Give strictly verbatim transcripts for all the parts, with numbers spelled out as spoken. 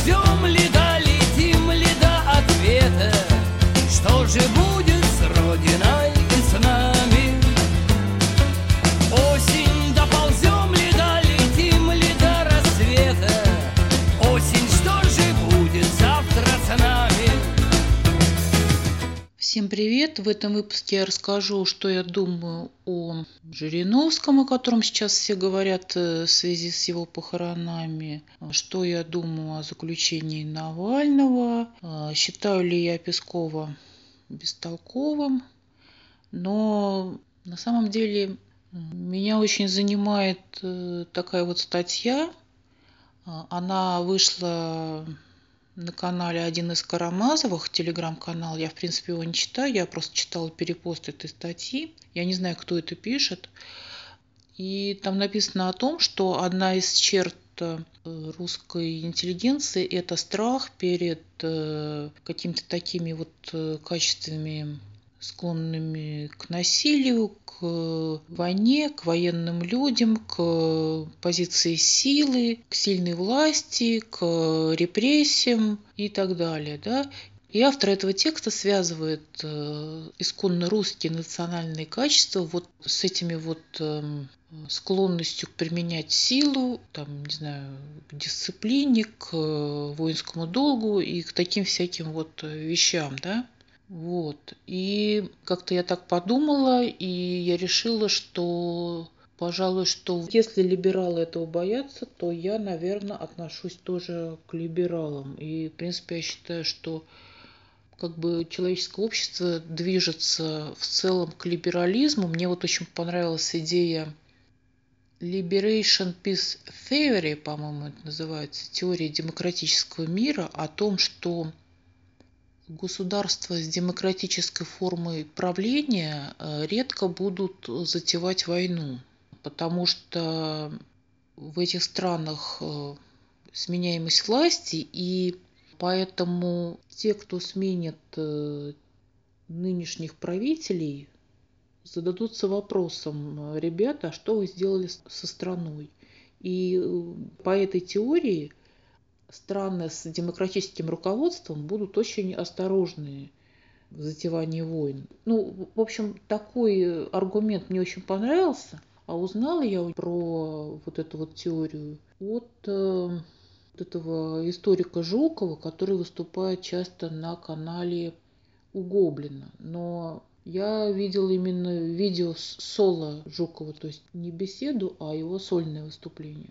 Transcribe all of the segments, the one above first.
доползем ли, долетим ли до ответа? Что же будет с Родиной и с нами? Осень, доползем ли, долетим ли до рассвета? Осень, что же будет завтра с нами? Всем привет! В этом выпуске я расскажу, что я думаю о Жириновском, о котором сейчас все говорят в связи с его похоронами, что я думаю о заключении Навального, считаю ли я Пескова бестолковым, но на самом деле меня очень занимает такая вот статья. Она вышла на канале «Один из Карамазовых», телеграм-канал. Я, в принципе, его не читаю, я просто читала перепост этой статьи. Я не знаю, кто это пишет. И там написано о том, что одна из черт русской интеллигенции – это страх перед какими-то такими вот качествами, склонными к насилию, к войне, к военным людям, к позиции силы, к сильной власти, к репрессиям и так далее. Да? И автор этого текста связывает э, исконно русские национальные качества вот с этими вот э, склонностью применять силу, там, не знаю, к дисциплине, к воинскому долгу и к таким всяким вот вещам, да. Вот. И как-то я так подумала, и я решила, что, пожалуй, что если либералы этого боятся, то я, наверное, отношусь тоже к либералам. И, в принципе, я считаю, что как бы человеческое общество движется в целом к либерализму. Мне вот очень понравилась идея Liberation Peace Theory, по-моему, это называется, теория демократического мира, о том, что государства с демократической формой правления редко будут затевать войну, потому что в этих странах сменяемость власти, и поэтому те, кто сменит нынешних правителей, зададутся вопросом: ребята, а что вы сделали со страной? И по этой теории страны с демократическим руководством будут очень осторожны в затевании войн. Ну, в общем, такой аргумент мне очень понравился. А узнала я про вот эту вот теорию от э, вот этого историка Жукова, который выступает часто на канале у Гоблина. Но я видела именно видео соло Жукова, то есть не беседу, а его сольное выступление.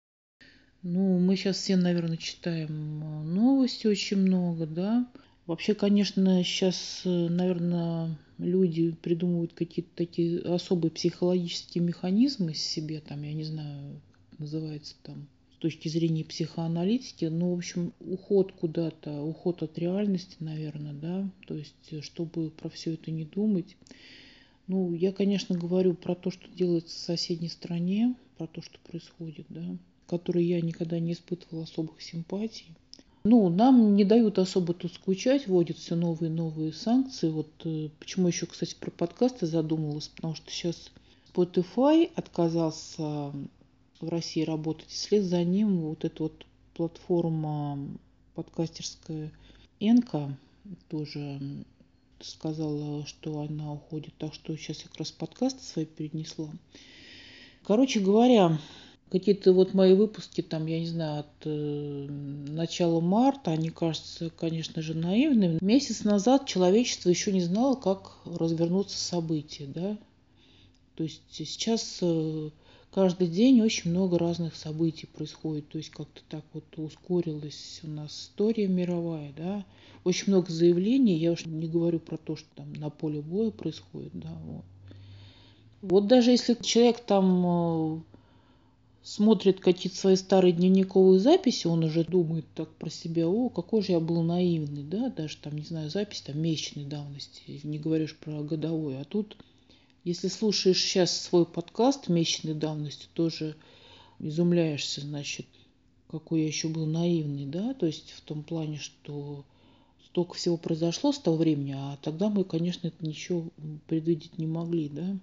Ну, мы сейчас все, наверное, читаем новости очень много, да. Вообще, конечно, сейчас, наверное, люди придумывают какие-то такие особые психологические механизмы себе, там, я не знаю, как называется там, с точки зрения психоаналитики, ну, в общем, уход куда-то, уход от реальности, наверное, да, то есть, чтобы про все это не думать. Ну, я, конечно, говорю про то, что делается в соседней стране, про то, что происходит, да, которой я никогда не испытывала особых симпатий. Ну, нам не дают особо тут скучать, вводят все новые и новые санкции. Вот э, почему еще, кстати, про подкасты задумалась, потому что сейчас Spotify отказался в России работать, и вслед за ним вот эта вот платформа подкастерская Энка тоже сказала, что она уходит, так что сейчас я как раз подкасты свои перенесла. Короче говоря, какие-то вот мои выпуски, там, я не знаю, от э, начала марта, они кажутся, конечно же, наивными. Месяц назад человечество еще не знало, как развернутся события, да. То есть сейчас э, каждый день очень много разных событий происходит. То есть как-то так вот ускорилась у нас история мировая, да. Очень много заявлений, я уж не говорю про то, что там на поле боя происходит, да. Вот, вот даже если человек там э, смотрит какие-то свои старые дневниковые записи, он уже думает так про себя: о, какой же я был наивный, да, даже там, не знаю, запись там месячной давности, не говоришь про годовой. А тут, если слушаешь сейчас свой подкаст месячной давности, тоже изумляешься, значит, какой я еще был наивный, да, то есть в том плане, что столько всего произошло с того времени, а тогда мы, конечно, это ничего предвидеть не могли, да.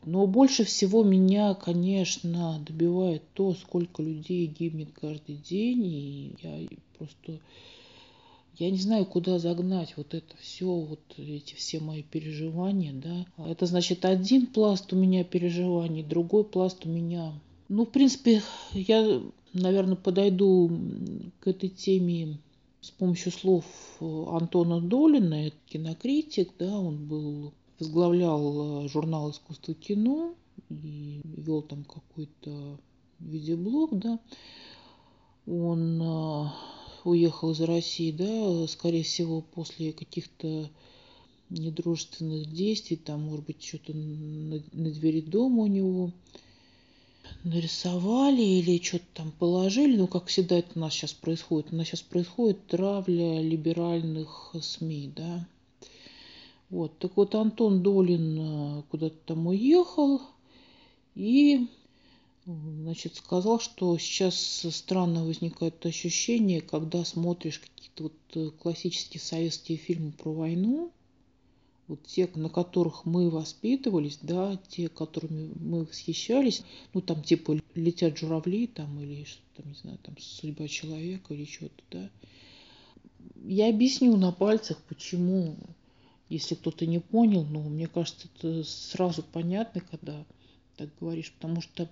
Но больше всего меня, конечно, добивает то, сколько людей гибнет каждый день, и я просто, я не знаю, куда загнать вот это все, вот эти все мои переживания, да. Это значит один пласт у меня переживаний, другой пласт у меня. Ну, в принципе, я, наверное, подойду к этой теме с помощью слов Антона Долина, это кинокритик, да, он был, возглавлял журнал «Искусство кино» и вел там какой-то видеоблог, да. Он а, уехал из России, да, скорее всего, после каких-то недружественных действий, там, может быть, что-то на, на двери дома у него нарисовали или что-то там положили. Ну, как всегда это у нас сейчас происходит. У нас сейчас происходит травля либеральных СМИ, да. Вот. Так вот, Антон Долин куда-то там уехал и, значит, сказал, что сейчас странно возникает ощущение, когда смотришь какие-то вот классические советские фильмы про войну, вот те, на которых мы воспитывались, да, те, которыми мы восхищались, ну, там, типа, «Летят журавли», там, или, там, не знаю, там, «Судьба человека» или что-то, да. Я объясню на пальцах, почему, если кто-то не понял, но мне кажется, это сразу понятно, когда так говоришь, потому что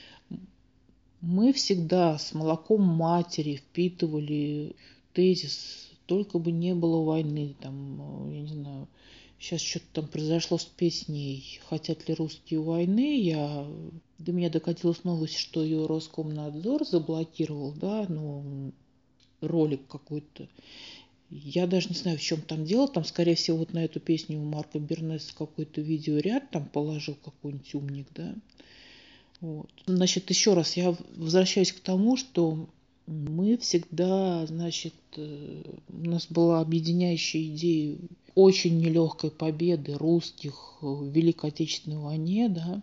мы всегда с молоком матери впитывали тезис «только бы не было войны», там, я не знаю, сейчас что-то там произошло с песней «Хотят ли русские войны?». Я... До меня докатилась новость, что ее Роскомнадзор заблокировал, да, ну, ролик какой-то. Я даже не знаю, в чем там дело. Там, скорее всего, вот на эту песню Марка Бернеса какой-то видеоряд там положил какой-нибудь умник, да. Вот. Значит, еще раз, я возвращаюсь к тому, что мы всегда, значит, у нас была объединяющая идея очень нелегкой победы русских в Великой Отечественной войне, да.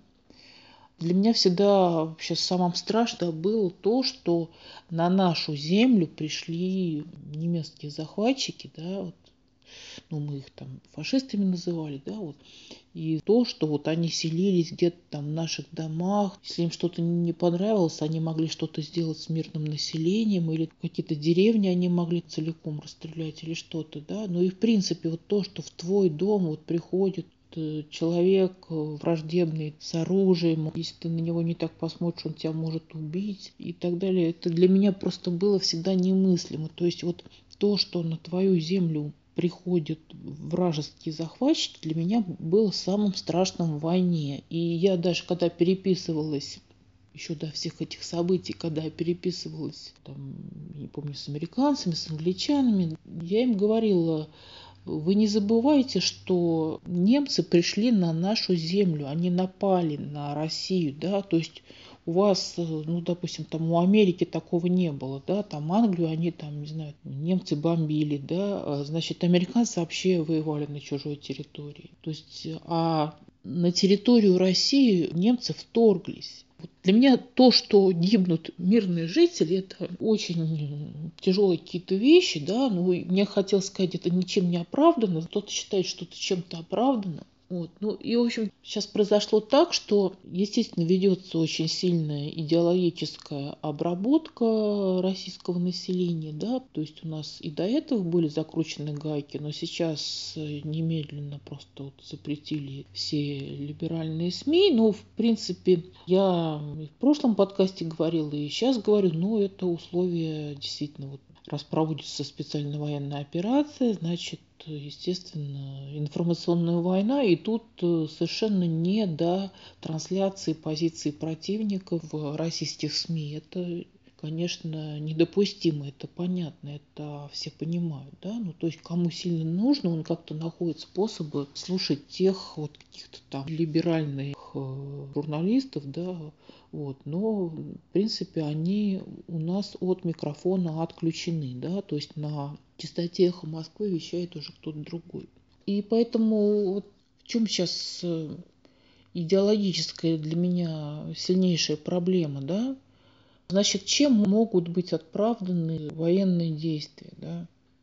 Для меня всегда вообще самым страшным было то, что на нашу землю пришли немецкие захватчики, да, вот, ну, мы их там фашистами называли, да, вот, и то, что вот они селились где-то там в наших домах, если им что-то не понравилось, они могли что-то сделать с мирным населением, или какие-то деревни они могли целиком расстрелять, или что-то, да, ну и в принципе вот то, что в твой дом вот приходит человек враждебный с оружием, если ты на него не так посмотришь, он тебя может убить и так далее. Это для меня просто было всегда немыслимо. То есть вот то, что на твою землю приходят вражеские захватчики, для меня было самым страшным в войне. И я даже когда переписывалась, еще до всех этих событий, когда я переписывалась, там, не помню, с американцами, с англичанами, я им говорила: вы не забывайте, что немцы пришли на нашу землю, они напали на Россию, да, то есть у вас, ну, допустим, там у Америки такого не было, да, там Англию они там, не знаю, немцы бомбили, да, значит, американцы вообще воевали на чужой территории, то есть, а на территорию России немцы вторглись. Для меня то, что гибнут мирные жители, это очень тяжелые какие-то вещи, да, но мне хотелось сказать, это ничем не оправдано, кто-то считает, что это чем-то оправдано. Вот. Ну и, в общем, сейчас произошло так, что, естественно, ведется очень сильная идеологическая обработка российского населения, да, то есть у нас и до этого были закручены гайки, но сейчас немедленно просто вот запретили все либеральные СМИ, но, в принципе, я и в прошлом подкасте говорила, и сейчас говорю, ну, это условия действительно, вот, раз проводится специальная военная операция, значит, естественно, информационная война, и тут совершенно не до трансляции позиций противников в российских СМИ. Это, конечно, недопустимо, это понятно, это все понимают, да, ну, то есть кому сильно нужно, он как-то находит способы слушать тех вот каких-то там либеральных журналистов, да, вот, но, в принципе, они у нас от микрофона отключены, да, то есть на частоте «Эхо Москвы» вещает уже кто-то другой. И поэтому вот в чем сейчас идеологическая для меня сильнейшая проблема, да? Значит, чем могут быть оправданы военные действия, да?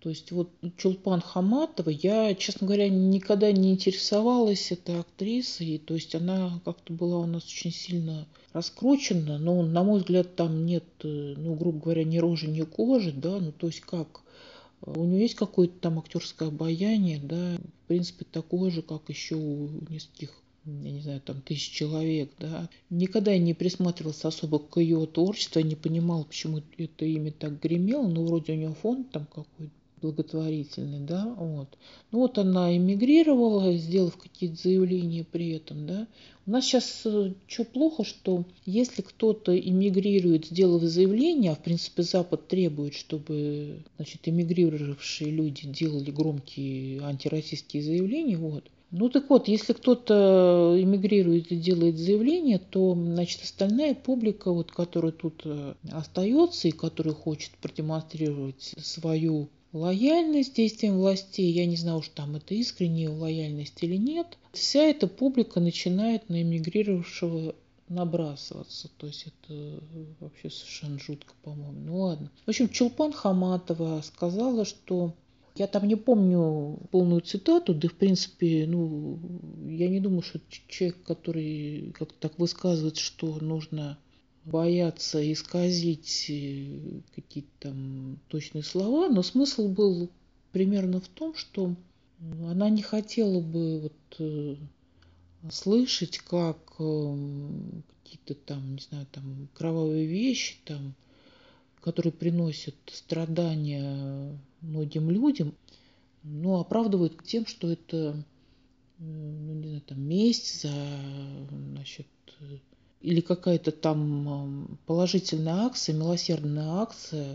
То есть вот Чулпан Хаматова, я, честно говоря, никогда не интересовалась этой актрисой. То есть она как-то была у нас очень сильно раскручена, но, на мой взгляд, там нет, ну, грубо говоря, ни рожи, ни кожи, да, ну, то есть как, у нее есть какое-то там актерское обаяние, да, в принципе, такое же, как еще у нескольких, я не знаю, там, тысяч человек, да. Никогда я не присматривалась особо к ее творчеству, я не понимала, почему это имя так гремело, но вроде у нее фонд там какой-то благотворительный, да, вот. Ну вот она эмигрировала, сделав какие-то заявления при этом, да. У нас сейчас что плохо, что если кто-то эмигрирует, сделав заявление, а в принципе Запад требует, чтобы, значит, эмигрировавшие люди делали громкие антироссийские заявления, вот. Ну так вот, если кто-то эмигрирует и делает заявление, то, значит, остальная публика, вот, которая тут остается и которая хочет продемонстрировать свою лояльность действиям властей, я не знаю уж там это искренняя лояльность или нет, вся эта публика начинает на эмигрировавшего набрасываться. То есть это вообще совершенно жутко, по-моему. Ну ладно. В общем, Чулпан Хаматова сказала, что я там не помню полную цитату, да в принципе, ну, я не думаю, что человек, который как-то так высказывает, что нужно бояться исказить какие-то там точные слова, но смысл был примерно в том, что она не хотела бы вот слышать, как какие-то там, не знаю, там кровавые вещи, там, которые приносят страдания многим людям, но оправдывают тем, что это, ну, не знаю, там месть за, значит, или какая-то там положительная акция, милосердная акция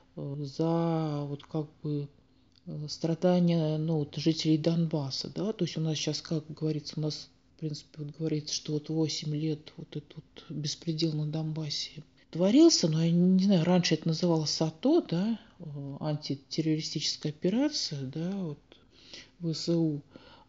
за вот как бы страдания, ну, вот, жителей Донбасса, да, то есть у нас сейчас, как говорится, у нас, в принципе, вот говорится, что вот восемь лет вот этот вот беспредел на Донбассе творился, но я не знаю, раньше это называлось АТО, да, антитеррористическая операция, да, вот ВСУ.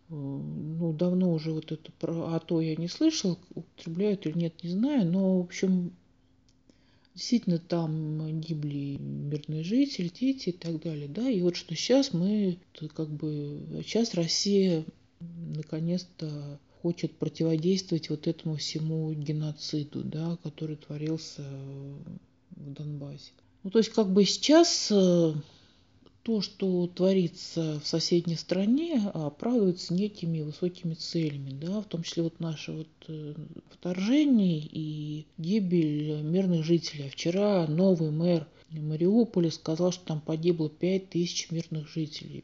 Ну, давно уже вот это про АТО я не слышал, употребляют или нет, не знаю, но, в общем, действительно там гибли мирные жители, дети и так далее, да, и вот что сейчас мы, как бы, сейчас Россия наконец-то хочет противодействовать вот этому всему геноциду, да, который творился в Донбассе. Ну, то есть, как бы сейчас то, что творится в соседней стране, оправдывается некими высокими целями, да, в том числе вот наше вот вторжение и гибель мирных жителей. Вчера новый мэр Мариуполя сказал, что там погибло пять тысяч мирных жителей.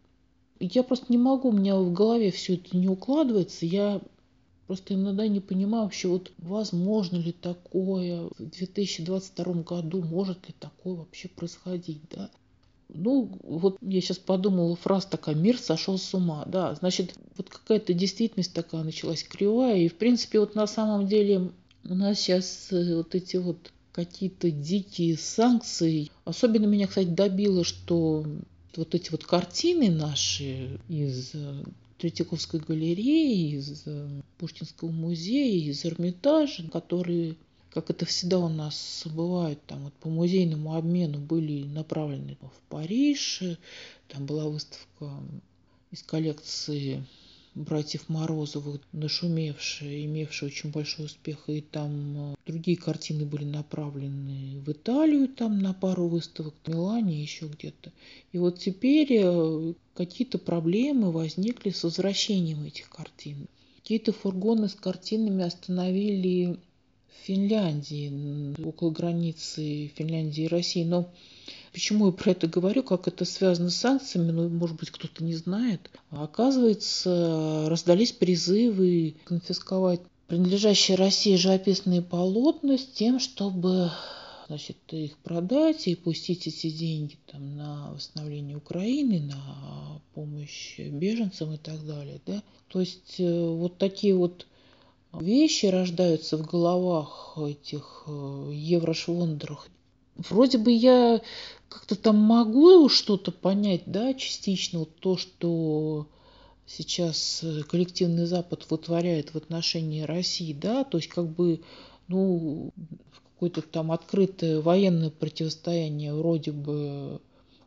Я просто не могу, у меня в голове все это не укладывается. Я просто иногда не понимаю вообще, вот возможно ли такое в две тысячи двадцать втором году, может ли такое вообще происходить, да? Ну, вот я сейчас подумала, фраза такая: мир сошел с ума, да, значит, вот какая-то действительность такая началась кривая, и, в принципе, вот на самом деле у нас сейчас вот эти вот какие-то дикие санкции, особенно меня, кстати, добило, что вот эти вот картины наши из Третьяковской галереи, из Пушкинского музея, из Эрмитажа, которые, как это всегда у нас бывает, там вот по музейному обмену были направлены в Париж. Там была выставка из коллекции братьев Морозовых, нашумевшая, имевшая очень большой успех. И там другие картины были направлены в Италию, там на пару выставок, в Милане, еще где-то. И вот теперь какие-то проблемы возникли с возвращением этих картин. Какие-то фургоны с картинами остановили в Финляндии, около границы Финляндии и России. Но почему я про это говорю, как это связано с санкциями, ну, может быть, кто-то не знает. А оказывается, раздались призывы конфисковать принадлежащие России живописные полотна с тем, чтобы, значит, их продать и пустить эти деньги там на восстановление Украины, на помощь беженцам и так далее. Да? То есть вот такие вот вещи рождаются в головах этих еврошвондеров. Вроде бы я как-то там могу что-то понять, да, частично, вот то, что сейчас коллективный Запад вытворяет в отношении России, да, то есть как бы, ну, какое-то там открытое военное противостояние вроде бы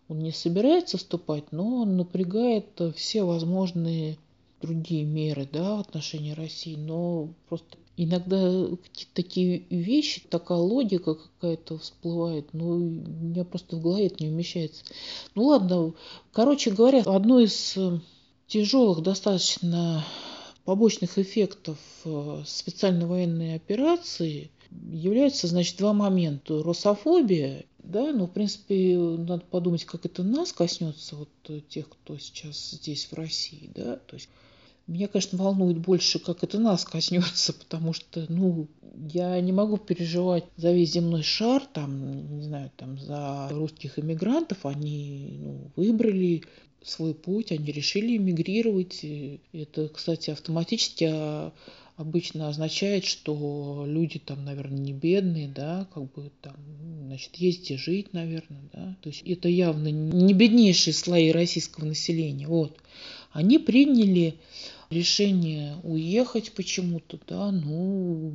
он не собирается вступать, но он напрягает все возможные другие меры, да, в отношении России. Но просто иногда какие-то такие вещи, такая логика какая-то всплывает, ну, у меня просто в голове это не вмещается. Ну ладно, короче говоря, одно из тяжелых достаточно побочных эффектов специальной военной операции являются, значит, два момента. Русофобия, да, ну, в принципе, надо подумать, как это нас коснется, вот тех, кто сейчас здесь, в России, да, то есть меня, конечно, волнует больше, как это нас коснется, потому что, ну, я не могу переживать за весь земной шар, там, не знаю, там, за русских эмигрантов, они, ну, выбрали свой путь, они решили эмигрировать. Это, кстати, автоматически обычно означает, что люди там, наверное, не бедные, да, как бы там, значит, есть где жить, наверное, да. То есть это явно не беднейшие слои российского населения. Вот. Они приняли решение уехать почему-то, да, ну,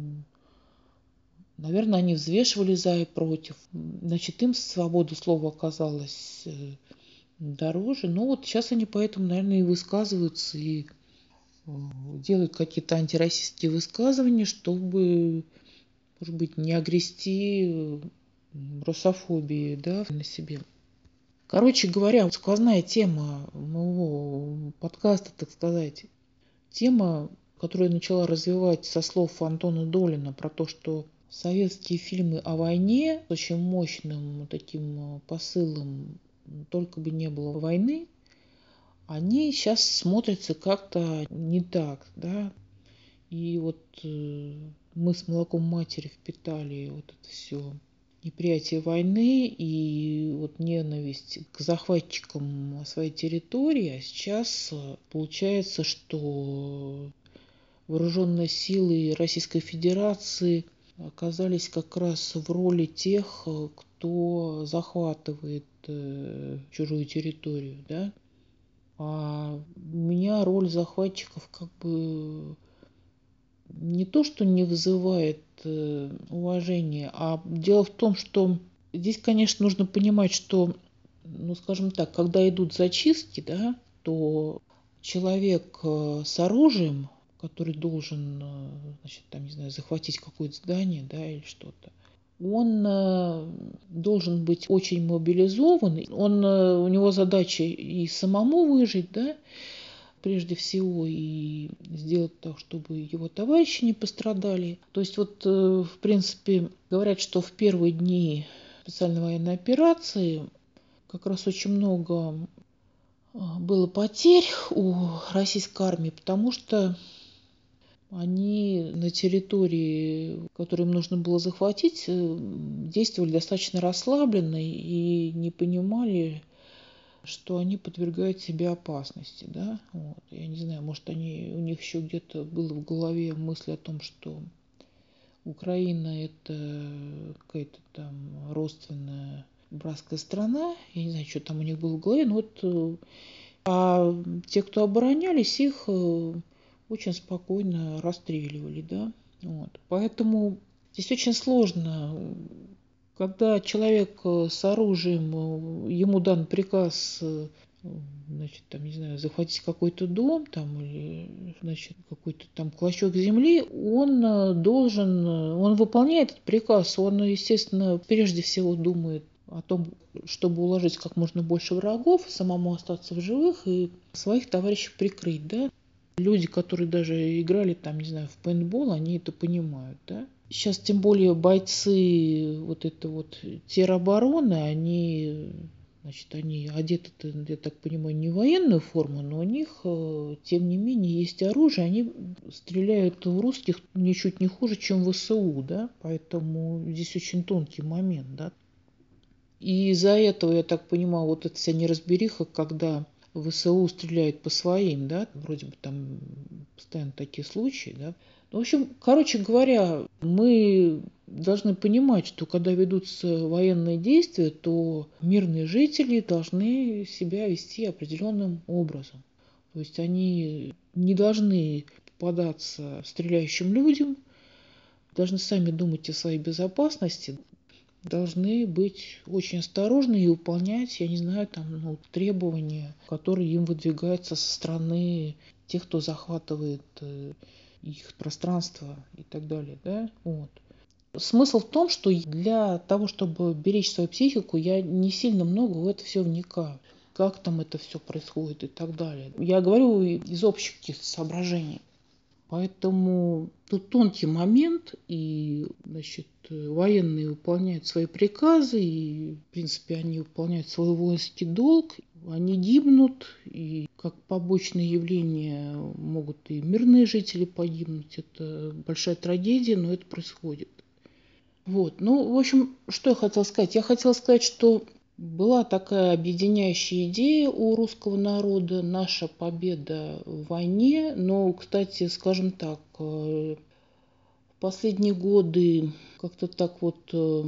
наверное, они взвешивали за и против. Значит, им свобода слова оказалась дороже. Но вот сейчас они поэтому, наверное, и высказываются, и делают какие-то антироссийские высказывания, чтобы, может быть, не огрести русофобии, да, на себе. Короче говоря, сквозная тема моего подкаста, так сказать, тема, которую я начала развивать со слов Антона Долина про то, что советские фильмы о войне с очень мощным таким посылом «Только бы не было войны», они сейчас смотрятся как-то не так, да. И вот э, мы с молоком матери впитали вот это все неприятие войны и вот ненависть к захватчикам своей территории. А сейчас получается, что вооруженные силы Российской Федерации оказались как раз в роли тех, кто захватывает э, чужую территорию, да. А у меня роль захватчиков как бы не то, что не вызывает э, уважения, а дело в том, что здесь, конечно, нужно понимать, что, ну, скажем так, когда идут зачистки, да, то человек э, с оружием, который должен, э, значит, там, не знаю, захватить какое-то здание, да, или что-то, он э, должен быть очень мобилизован. Он, э, у него задача и самому выжить, да, прежде всего, и сделать так, чтобы его товарищи не пострадали. То есть вот, э, в принципе, говорят, что в первые дни специальной военной операции как раз очень много было потерь у российской армии, потому что они на территории, которую им нужно было захватить, действовали достаточно расслабленно и не понимали, что они подвергают себя опасности, да. Вот. Я не знаю, может, они, у них еще где-то было в голове мысль о том, что Украина это какая-то там родственная братская страна. Я не знаю, что там у них было в голове, но вот а те, кто оборонялись, их очень спокойно расстреливали, да. Вот. Поэтому здесь очень сложно, когда человек с оружием, ему дан приказ, значит, там, не знаю, захватить какой-то дом, там, или, значит, какой-то там клочок земли, он должен, он выполняет этот приказ, он, естественно, прежде всего думает о том, чтобы уложить как можно больше врагов, самому остаться в живых и своих товарищей прикрыть, да. Люди, которые даже играли там, не знаю, в пейнтбол, они это понимают, да. Сейчас тем более бойцы вот это вот теробороны, они, значит, они одеты, я так понимаю, не в военную форму, но у них, тем не менее, есть оружие, они стреляют в русских ничуть не хуже, чем в ВСУ, да, поэтому здесь очень тонкий момент, да. И из-за этого, я так понимаю, вот эта вся неразбериха, когда ВСУ стреляет по своим, да, вроде бы там постоянно такие случаи, да. В общем, короче говоря, мы должны понимать, что когда ведутся военные действия, то мирные жители должны себя вести определенным образом. То есть они не должны попадаться стреляющим людям, должны сами думать о своей безопасности. должны быть очень осторожны и выполнять, я не знаю, там, ну, требования, которые им выдвигаются со стороны тех, кто захватывает э, их пространство и так далее, да, вот. Смысл в том, что для того, чтобы беречь свою психику, я не сильно много в это все вникаю. Как там это все происходит и так далее. Я говорю из общих каких-то соображений. Поэтому тут тонкий момент, и, значит, военные выполняют свои приказы, и, в принципе, они выполняют свой воинский долг, они гибнут, и как побочное явление могут и мирные жители погибнуть. Это большая трагедия, но это происходит. Вот, ну, в общем, что я хотела сказать? Я хотела сказать, что была такая объединяющая идея у русского народа, наша победа в войне. Но, кстати, скажем так, в последние годы как-то так вот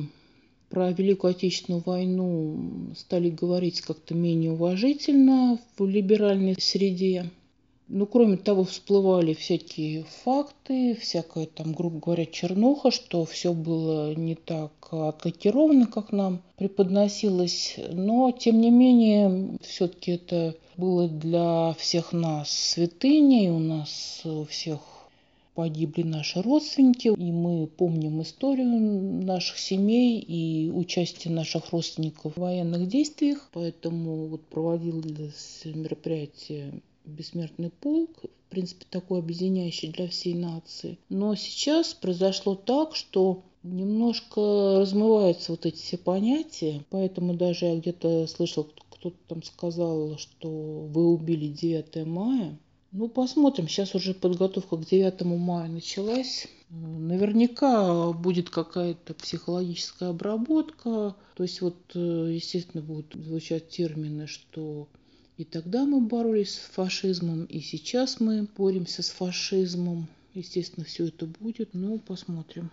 про Великую Отечественную войну стали говорить как-то менее уважительно в либеральной среде. Ну, кроме того, всплывали всякие факты, всякая там, грубо говоря, чернуха, что все было не так отлакировано, как нам преподносилось. Но, тем не менее, все-таки это было для всех нас святыней. У нас у всех погибли наши родственники, и мы помним историю наших семей и участие наших родственников в военных действиях. Поэтому вот проводилось мероприятие «Бессмертный полк», в принципе, такой объединяющий для всей нации. Но сейчас произошло так, что немножко размываются вот эти все понятия, поэтому даже я где-то слышал, кто-то там сказал, что вы убили девятое мая. Ну, посмотрим. Сейчас уже подготовка к девятому мая началась. Наверняка будет какая-то психологическая обработка. То есть вот, естественно, будут звучать термины, что и тогда мы боролись с фашизмом, и сейчас мы боремся с фашизмом. Естественно, все это будет, но посмотрим.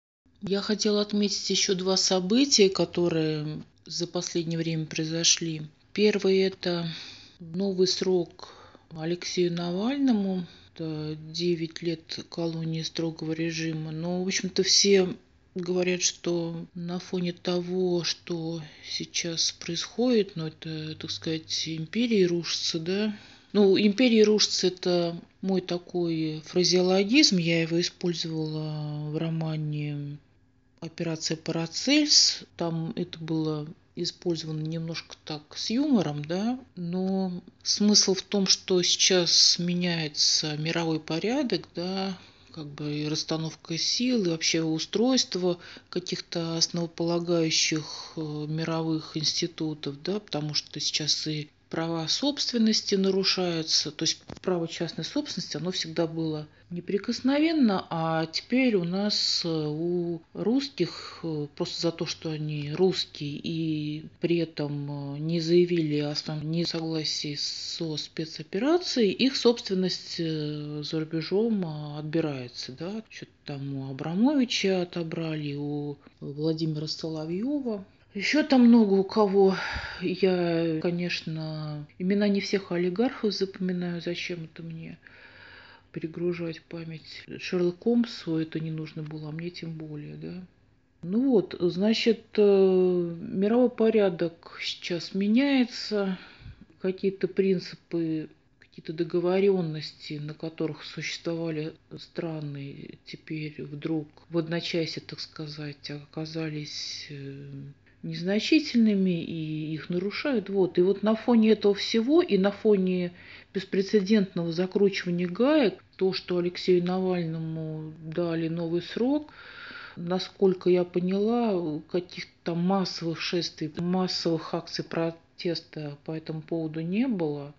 Я хотела отметить еще два события, которые за последнее время произошли. Первое – это новый срок Алексею Навальному. Это девять лет колонии строгого режима. Но, в общем-то, все говорят, что на фоне того, что сейчас происходит, ну, это, так сказать, империя рушится, да. Ну, империя рушится – это мой такой фразеологизм. Я его использовала в романе «Операция Парацельс». Там это было использовано немножко так с юмором, да, но смысл в том, что сейчас меняется мировой порядок, да, как бы и расстановка сил, и вообще устройство каких-то основополагающих мировых институтов, да, потому что сейчас и права собственности нарушаются, то есть право частной собственности, оно всегда было неприкосновенно, а теперь у нас у русских просто за то, что они русские и при этом не заявили о своем несогласии со спецоперацией, их собственность за рубежом отбирается, да, что-то там у Абрамовича отобрали, у Владимира Соловьева. Еще там много у кого. Я, конечно, имена не всех олигархов запоминаю, зачем это мне перегружать память. Шерлок Холмсу это не нужно было, а мне тем более, да. Ну вот, значит, мировой порядок сейчас меняется, какие-то принципы, какие-то договоренности, на которых существовали страны, теперь вдруг в одночасье, так сказать, оказались незначительными и их нарушают. Вот. И вот на фоне этого всего и на фоне беспрецедентного закручивания гаек, то, что Алексею Навальному дали новый срок, насколько я поняла, каких-то там массовых шествий, массовых акций протеста по этому поводу не было.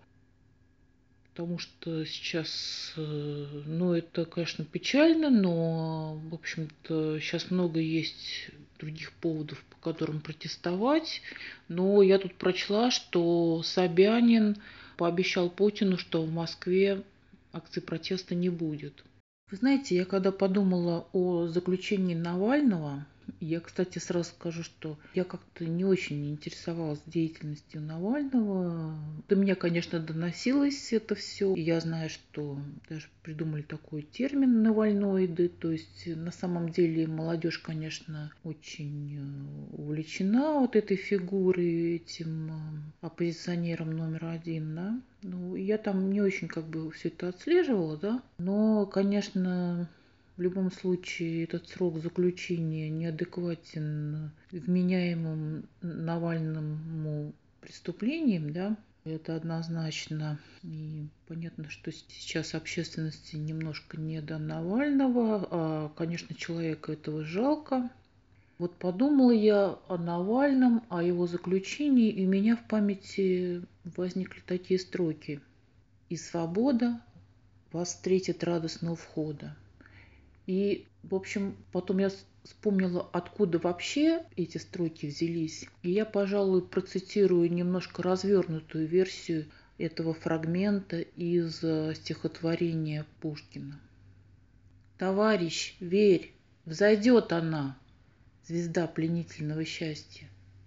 Потому что сейчас, ну, это, конечно, печально, но, в общем-то, сейчас много есть других поводов, по которым протестовать. Но я тут прочла, что Собянин пообещал Путину, что в Москве акций протеста не будет. Вы знаете, я когда подумала о заключении Навального, Я, кстати, сразу скажу, что я как-то не очень интересовалась деятельностью Навального. До меня, конечно, доносилось это все. Я знаю, что даже придумали такой термин «навальноиды». То есть на самом деле молодежь, конечно, очень э, увлечена вот этой фигурой, этим э, оппозиционером номер один, да. Ну, я там не очень как бы все это отслеживала, да. Но, конечно, в любом случае этот срок заключения неадекватен вменяемым Навальному преступлениям, да, это однозначно. И понятно, что сейчас общественности немножко не до Навального, а, конечно, человека этого жалко. Вот подумала я о Навальном, о его заключении, и у меня в памяти возникли такие строки. «И свобода вас встретит радостно у входа». И, в общем, потом я вспомнила, откуда вообще эти строки взялись. И я, пожалуй, процитирую немножко развернутую версию этого фрагмента из стихотворения Пушкина. «Товарищ, верь, взойдет она, звезда пленительного счастья.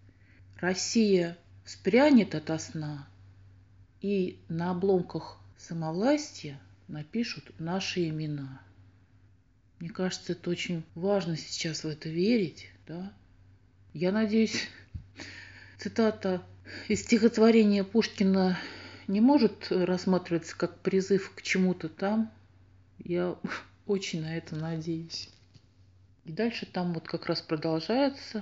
Россия вспрянет ото сна, и на обломках самовластия напишут наши имена». Мне кажется, это очень важно сейчас в это верить, да. Я надеюсь, цитата из стихотворения Пушкина не может рассматриваться как призыв к чему-то там. Я очень на это надеюсь. И дальше там вот как раз продолжается.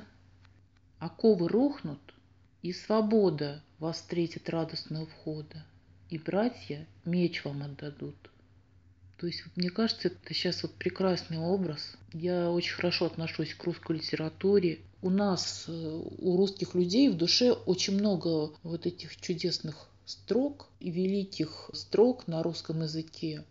«Оковы рухнут, и свобода вас встретит радостно у входа, и братья меч вам отдадут». То есть, мне кажется, это сейчас вот прекрасный образ. Я очень хорошо отношусь к русской литературе. У нас, у русских людей в душе очень много вот этих чудесных строк и великих строк на русском языке.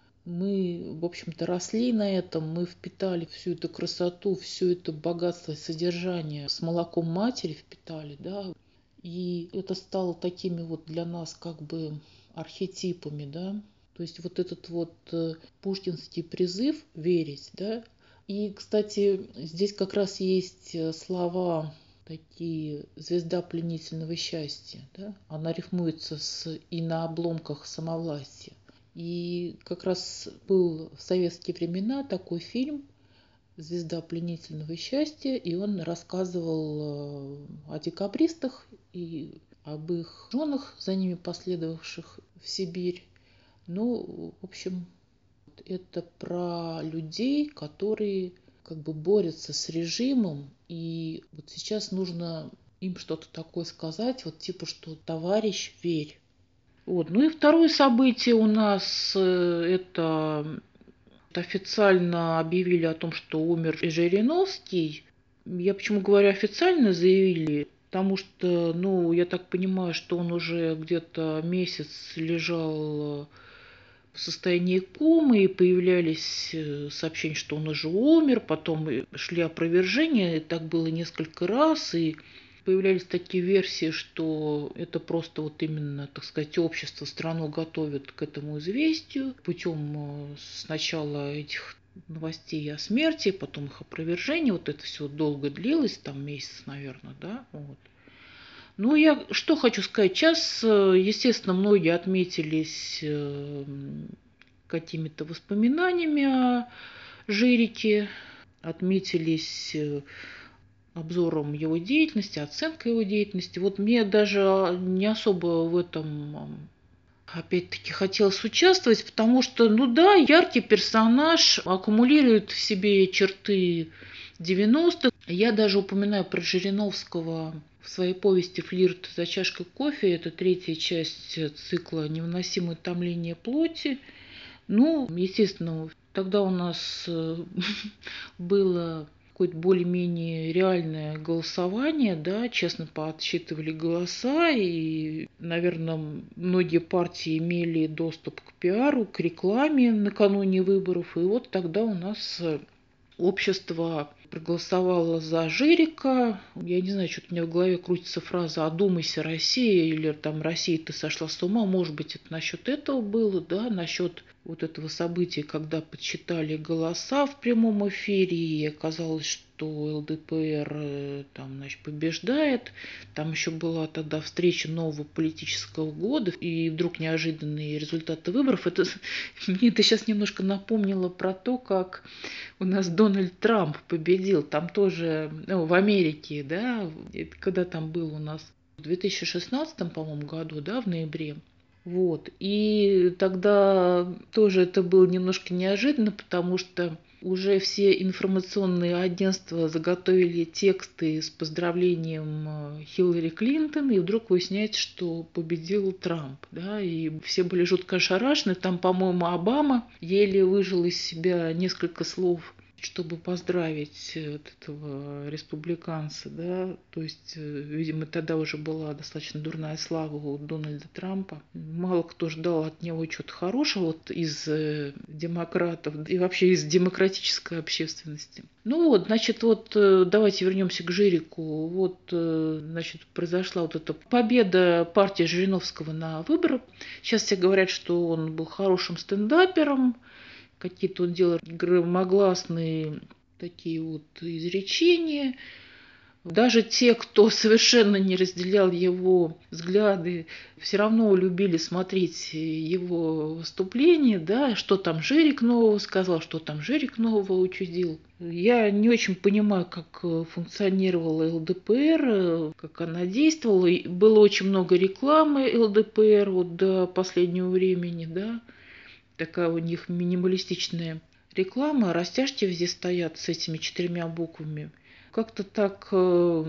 Мы, в общем-то, росли на этом, мы впитали всю эту красоту, все это богатство и содержание с молоком матери впитали, да. И это стало такими вот для нас как бы архетипами, да. То есть вот этот вот пушкинский призыв верить, да. И, кстати, здесь как раз есть слова такие «звезда пленительного счастья», да. Она рифмуется с «и на обломках самовластия». И как раз был в советские времена такой фильм «Звезда пленительного счастья», и он рассказывал о декабристах и об их женах, за ними последовавших в Сибирь. Ну, в общем, это про людей, которые как бы борются с режимом, и вот сейчас нужно им что-то такое сказать, вот типа, что «товарищ, верь». Вот. Ну и второе событие у нас это официально объявили о том, что умер Жириновский. Я почему говорю официально заявили, потому что, ну, я так понимаю, что он уже где-то месяц лежал в состоянии комы, и появлялись сообщения, что он уже умер, потом шли опровержения, и так было несколько раз, и появлялись такие версии, что это просто вот именно, так сказать, общество, страну готовит к этому известию путем сначала этих новостей о смерти, потом их опровержения. Вот это все долго длилось, там месяц, наверное, да, вот. Ну, я что хочу сказать. Сейчас, естественно, многие отметились какими-то воспоминаниями о Жирике, отметились обзором его деятельности, оценкой его деятельности. Вот мне даже не особо в этом опять-таки хотелось участвовать, потому что, ну да, яркий персонаж аккумулирует в себе черты девяностых. Я даже упоминаю про Жириновского в своей повести «Флирт за чашкой кофе». Это третья часть цикла «Невыносимое томление плоти». Ну, естественно, тогда у нас было какое-то более-менее реальное голосование, да, честно подсчитывали голоса, и, наверное, многие партии имели доступ к пиару, к рекламе накануне выборов, и вот тогда у нас общество проголосовало за Жирика. Я не знаю, что-то у меня в голове крутится фраза «Одумайся, Россия», или там «Россия, ты сошла с ума». Может быть, это насчет этого было, да, насчет вот этого события, когда подсчитали голоса в прямом эфире, и оказалось, что ЛДПР э, там, значит, побеждает. Там еще была тогда встреча нового политического года, и вдруг неожиданные результаты выборов. Это, мне это сейчас немножко напомнило про то, как у нас Дональд Трамп победил. Там тоже, ну, в Америке, да, это когда там был у нас в две тысячи шестнадцатом, по-моему, году, да, в ноябре. Вот. И тогда тоже это было немножко неожиданно, потому что уже все информационные агентства заготовили тексты с поздравлением Хиллари Клинтон, и вдруг выясняется, что победил Трамп, да, и все были жутко ошарашены. Там, по-моему, Обама еле выжил из себя несколько слов, чтобы поздравить вот этого республиканца, да, то есть, видимо, тогда уже была достаточно дурная слава у Дональда Трампа. Мало кто ждал от него чего-то хорошего вот из демократов и вообще из демократической общественности. Ну вот, значит, вот давайте вернемся к Жирику. Вот, значит, произошла вот эта победа партии Жириновского на выборах. Сейчас все говорят, что он был хорошим стендапером, какие-то он делал громогласные такие вот изречения. Даже те, кто совершенно не разделял его взгляды, все равно любили смотреть его выступления, да, что там Жирик нового сказал, что там Жирик нового учудил. Я не очень понимаю, как функционировала ЛДПР, как она действовала. Было очень много рекламы ЛДПР вот до последнего времени, да. Такая у них минималистичная реклама, растяжки везде стоят с этими четырьмя буквами. Как-то так у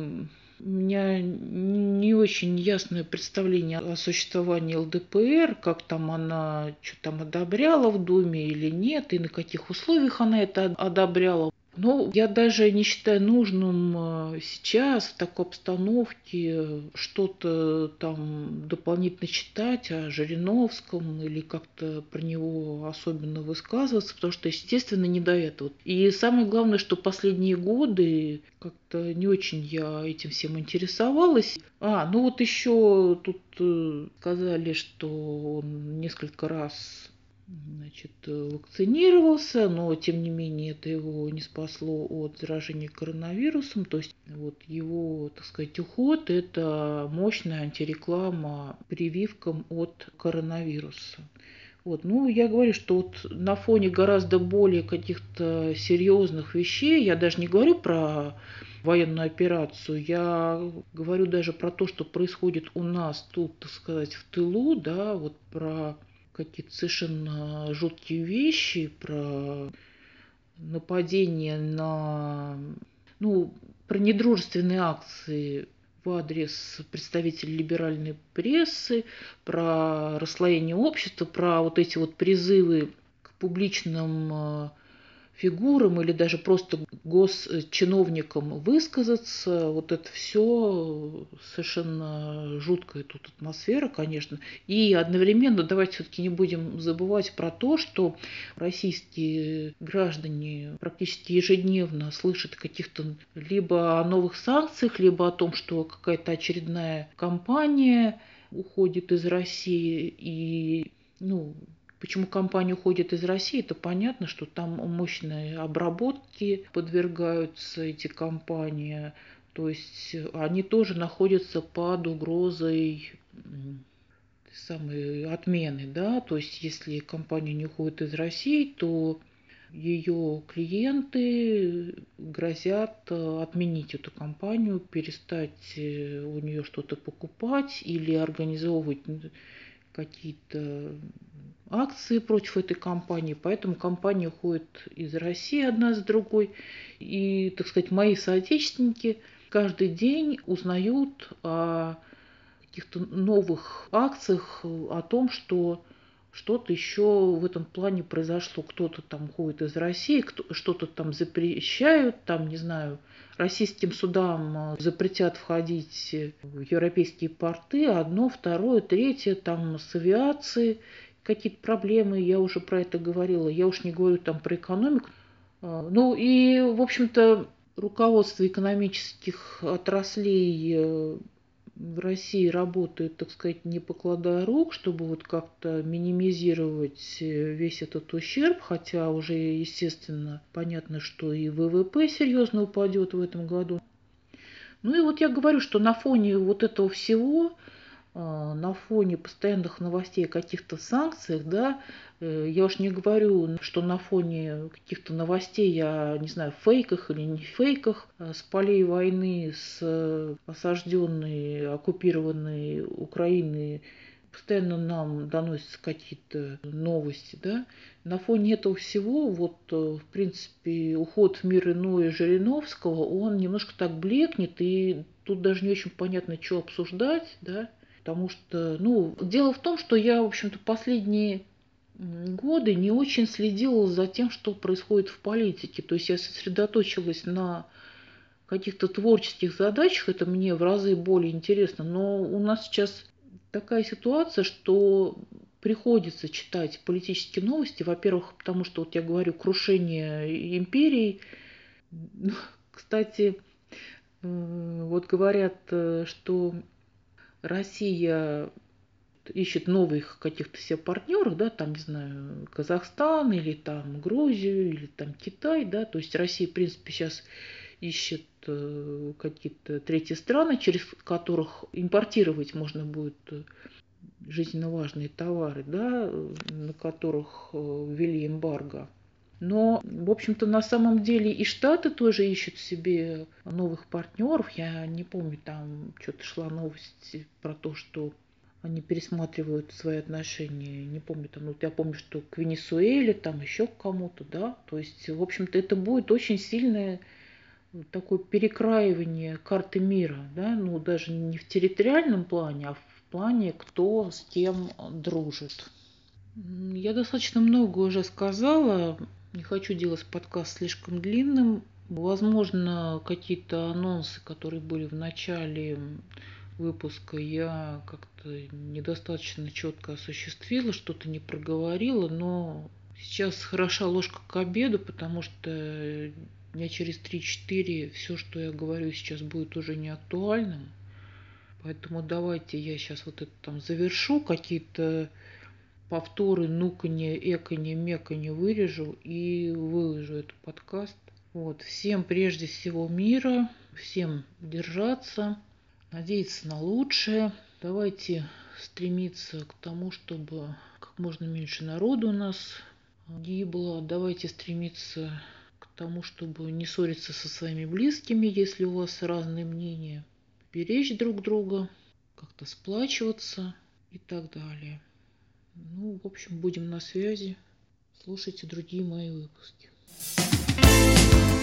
меня не очень ясное представление о существовании ЛДПР, как там она что там одобряла в Думе или нет, и на каких условиях она это одобряла. Но я даже не считаю нужным сейчас в такой обстановке что-то там дополнительно читать о Жириновском или как-то про него особенно высказываться, потому что, естественно, не до этого. И самое главное, что последние годы как-то не очень я этим всем интересовалась. А, ну вот еще тут сказали, что он несколько раз, значит, вакцинировался, но тем не менее это его не спасло от заражения коронавирусом. То есть вот его, так сказать, уход – это мощная антиреклама прививкам от коронавируса. Вот. Ну, я говорю, что вот на фоне гораздо более каких-то серьезных вещей, я даже не говорю про военную операцию, я говорю даже про то, что происходит у нас тут, так сказать, в тылу, да, вот про какие-то совершенно жуткие вещи, про нападение на, ну, про недружественные акции в адрес представителей либеральной прессы, про расслоение общества, про вот эти вот призывы к публичным фигурам или даже просто госчиновникам высказаться. Вот это все совершенно жуткая тут атмосфера, конечно. И одновременно давайте все-таки не будем забывать про то, что российские граждане практически ежедневно слышат каких-то либо о новых санкциях, либо о том, что какая-то очередная компания уходит из России. И, ну, почему компания уходит из России, это понятно, что там мощные обработки подвергаются эти компании. То есть они тоже находятся под угрозой самой отмены. Да? То есть если компания не уходит из России, то ее клиенты грозят отменить эту компанию, перестать у нее что-то покупать или организовывать какие-то акции против этой компании, поэтому компания уходит из России одна с другой. И, так сказать, мои соотечественники каждый день узнают о каких-то новых акциях, о том, что что-то еще в этом плане произошло. Кто-то там уходит из России, что-то там запрещают, там, не знаю, российским судам запретят входить в европейские порты, одно, второе, третье, там с авиацией какие-то проблемы, я уже про это говорила, я уж не говорю там про экономику. Ну и, в общем-то, руководство экономических отраслей в России работают, так сказать, не покладая рук, чтобы вот как-то минимизировать весь этот ущерб, хотя уже, естественно, понятно, что и вэ вэ пэ серьезно упадет в этом году. Ну и вот я говорю, что на фоне вот этого всего, на фоне постоянных новостей о каких-то санкциях, да, я уж не говорю, что на фоне каких-то новостей, я не знаю, фейках или не фейках, с полей войны, с осажденной, оккупированной Украины, постоянно нам доносятся какие-то новости, да. На фоне этого всего, вот, в принципе, уход в мир иной Жириновского, он немножко так блекнет, и тут даже не очень понятно, что обсуждать, да. Потому что, ну, дело в том, что я, в общем-то, последние годы не очень следила за тем, что происходит в политике. То есть я сосредоточилась на каких-то творческих задачах, это мне в разы более интересно. Но у нас сейчас такая ситуация, что приходится читать политические новости. Во-первых, потому что, вот я говорю, крушение империй. Кстати, вот говорят, что Россия ищет новых каких-то себе партнеров, да, там, не знаю, Казахстан или там Грузию или там Китай, да, то есть Россия, в принципе, сейчас ищет какие-то третьи страны, через которых импортировать можно будет жизненно важные товары, да, на которых ввели эмбарго. Но, в общем-то, на самом деле и Штаты тоже ищут себе новых партнеров. Я не помню, там что-то шла новость про то, что они пересматривают свои отношения. Не помню, там, вот я помню, что к Венесуэле, там еще к кому-то, да. То есть, в общем-то, это будет очень сильное такое перекраивание карты мира, да, ну, даже не в территориальном плане, а в плане, кто с кем дружит. Я достаточно много уже сказала. Не хочу делать подкаст слишком длинным. Возможно, какие-то анонсы, которые были в начале выпуска, я как-то недостаточно четко осуществила, что-то не проговорила, но сейчас хороша ложка к обеду, потому что дня через три-четыре все, что я говорю сейчас, будет уже не актуальным. Поэтому давайте я сейчас вот это там завершу, какие-то повторы, нуканье, эканье, меканье вырежу и выложу этот подкаст. Вот. Всем прежде всего мира, всем держаться, надеяться на лучшее. Давайте стремиться к тому, чтобы как можно меньше народу у нас гибло. Давайте стремиться к тому, чтобы не ссориться со своими близкими, если у вас разные мнения. Беречь друг друга, как-то сплачиваться и так далее. Ну, в общем, будем на связи. Слушайте другие мои выпуски.